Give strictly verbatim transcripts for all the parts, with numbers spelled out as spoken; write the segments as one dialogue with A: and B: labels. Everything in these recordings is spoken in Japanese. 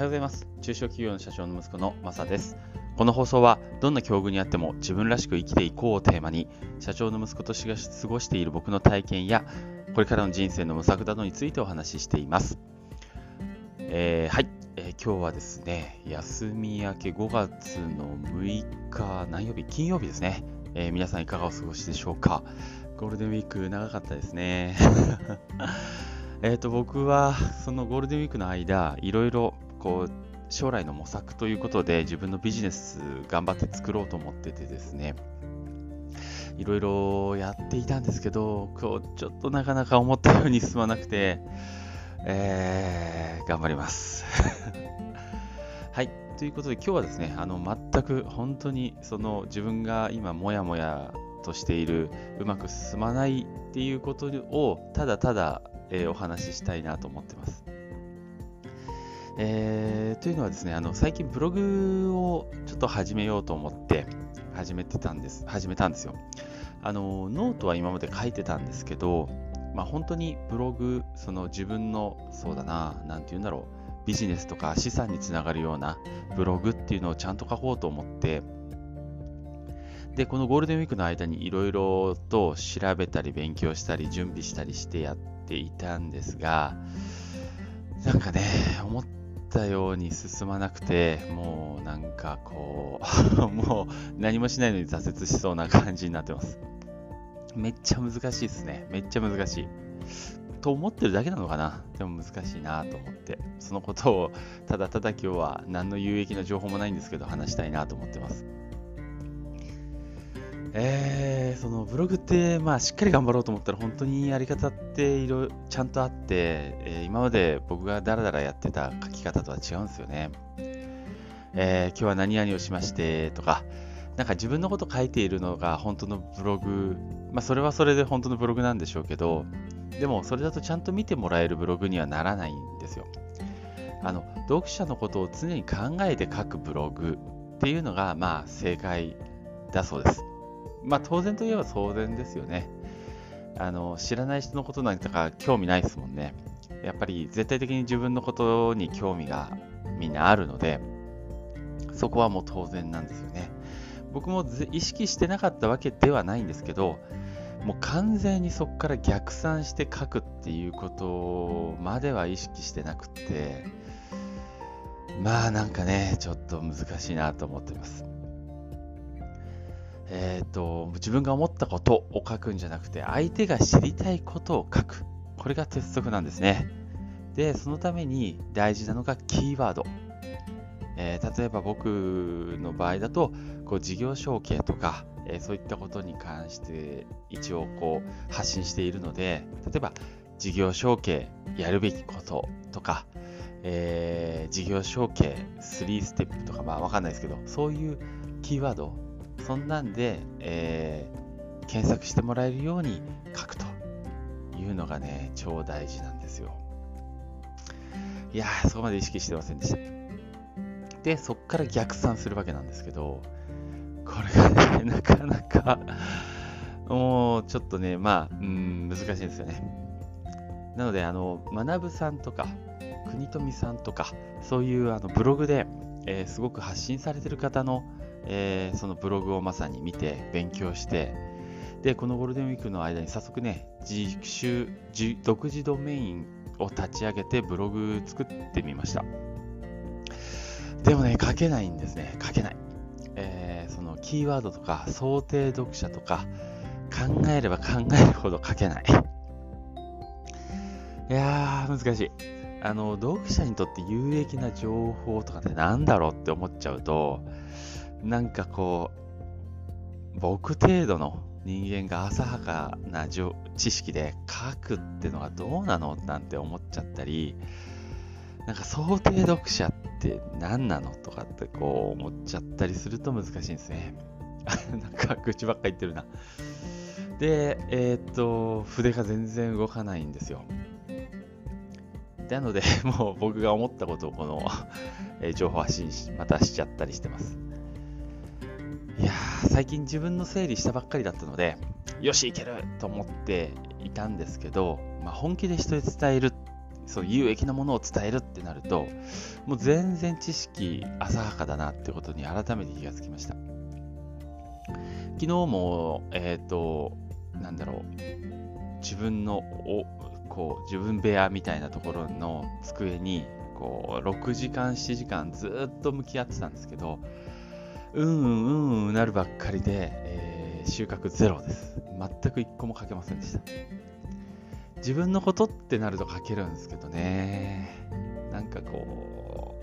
A: はようございます。中小企業の社長の息子のマサです。この放送はどんな境遇にあっても自分らしく生きていこうをテーマに、社長の息子としが過ごしている僕の体験やこれからの人生の模索などについてお話ししています。えー、はい、えー、今日はですね、休み明けごがつのむいか、何曜日？金曜日ですね。えー、皆さんいかがお過ごしでしょうか。ゴールデンウィーク長かったですね。えっと僕はそのゴールデンウィークの間、いろいろこう将来の模索ということで自分のビジネス頑張って作ろうと思っててですね、いろいろやっていたんですけど、こうちょっとなかなか思ったように進まなくて、えー、頑張ります。はい、ということで今日はですね、あの全く本当にその自分が今もやもやとしているうまく進まないっていうことをただただ、えー、お話ししたいなと思ってます。えー、というのはですね、あの最近ブログをちょっと始めようと思って始めてたんです始めたんですよ。あのノートは今まで書いてたんですけど、まあ、本当にブログ、その自分のそうだな、なんていうんだろう、ビジネスとか資産につながるようなブログっていうのをちゃんと書こうと思って、でこのゴールデンウィークの間にいろいろと調べたり勉強したり準備したりしてやっていたんですが、なんかね、思ったように進まなくて、もうなんかこうもう何もしないのに挫折しそうな感じになってます。めっちゃ難しいですね。めっちゃ難しいと思ってるだけなのかな。でも難しいなと思って、そのことをただただ今日は何の有益な情報もないんですけど話したいなと思ってます。えー、そのブログって、まあ、しっかり頑張ろうと思ったら本当にやり方っていろいろちゃんとあって、えー、今まで僕がダラダラやってた書き方とは違うんですよね。えー、今日は何々をしましてとか、なんか自分のこと書いているのが本当のブログ、まあそれはそれで本当のブログなんでしょうけど、でもそれだとちゃんと見てもらえるブログにはならないんですよ。あの読者のことを常に考えて書くブログっていうのがまあ正解だそうです。まあ当然といえば当然ですよね。あの知らない人のことなんか興味ないですもんね。やっぱり絶対的に自分のことに興味がみんなあるので、そこはもう当然なんですよね。僕も意識してなかったわけではないんですけど、もう完全にそこから逆算して書くっていうことまでは意識してなくて、まあなんかね、ちょっと難しいなと思ってます。えっと、自分が思ったことを書くんじゃなくて、相手が知りたいことを書く。これが鉄則なんですね。で、そのために大事なのがキーワード。えー、例えば僕の場合だと、こう事業承継とか、えー、そういったことに関して一応こう発信しているので、例えば事業承継やるべきこととか、えー、事業承継スリーステップとか、まあわかんないですけど、そういうキーワード、そんなんで、えー、検索してもらえるように書くというのがね、超大事なんですよ。いやー、そこまで意識してませんでした。で、そこから逆算するわけなんですけど、これがね、なかなかもうちょっとね、まあ、うーん、難しいんですよね。なので、あの、学さんとか、国富さんとか、そういうあのブログで、えー、すごく発信されてる方の、えー、そのブログをまさに見て、勉強して、で、このゴールデンウィークの間に早速ね、自主、独自ドメインを立ち上げてブログ作ってみました。でもね、書けないんですね。書けない。えー、そのキーワードとか想定読者とか考えれば考えるほど書けない。いやー、難しい。あの、読者にとって有益な情報とかってなんだろうって思っちゃうと、なんかこう、僕程度の人間が浅はかな知識で書くってのがどうなのなんて思っちゃったり、なんか想定読者って何なのとかってこう思っちゃったりすると難しいんですね。なんか口ばっか言ってるな。で、えー、っと、筆が全然動かないんですよ。なので、もう僕が思ったことをこの、えー、情報発信し、またしちゃったりしてます。いやー、最近自分の整理したばっかりだったので、よしいけると思っていたんですけど、まあ、本気で人に伝えるその有益なものを伝えるってなると、もう全然知識浅はかだなってことに改めて気がつきました。昨日も、えっと、なんだろう、自分のおこう自分部屋みたいなところの机にこうろくじかんしちじかんずっと向き合ってたんですけど、うんうんうんうんなるばっかりで、えー収穫ゼロです。全く一個も書けませんでした。自分のことってなると書けるんですけどね、なんかこ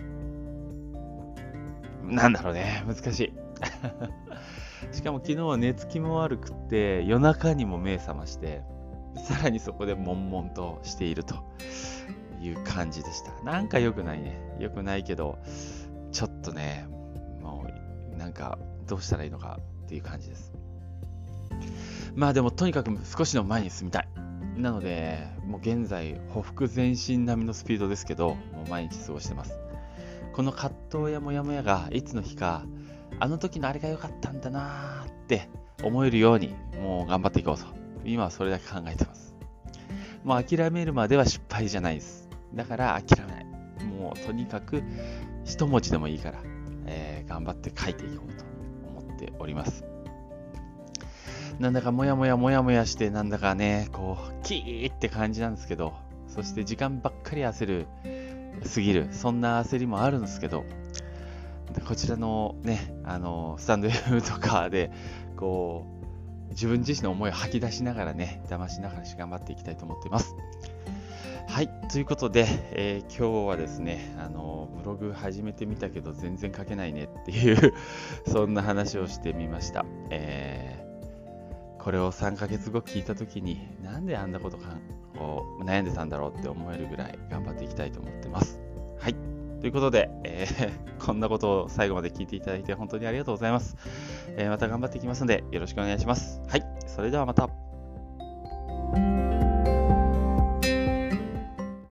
A: うなんだろうね、難しいしかも昨日は寝つきも悪くって夜中にも目覚まして、さらにそこで悶々としているという感じでした。なんか良くないね。良くないけど、ちょっとね、もうなんかどうしたらいいのかっていう感じです。まあでもとにかく少しの前に進みたい。なので、もう現在、ほふく前進並みのスピードですけど、もう毎日過ごしてます。この葛藤やモヤモヤがいつの日か、あの時のあれが良かったんだなーって思えるように、もう頑張っていこうと。今はそれだけ考えてます。もう諦めるまでは失敗じゃないです。だから諦めない。もうとにかく一文字でもいいから、えー、頑張って書いていこうと思っております。なんだかモヤモヤモヤモヤして、なんだかね、こう、キーって感じなんですけど、そして時間ばっかり焦る、過ぎる、そんな焦りもあるんですけど、こちらのね、あの、スタンド エフエム とかで、こう、自分自身の思いを吐き出しながらね、騙しながら頑張っていきたいと思っています。はい、ということで、えー、今日はですね、あの、ブログ始めてみたけど全然書けないねっていうそんな話をしてみました。えーこれをさんかげつご聞いたときに、なんであんなことかを悩んでたんだろうって思えるぐらい頑張っていきたいと思ってます。はい。ということで、えー、こんなことを最後まで聞いていただいて本当にありがとうございます。えー、また頑張っていきますのでよろしくお願いします。はい。それではまた。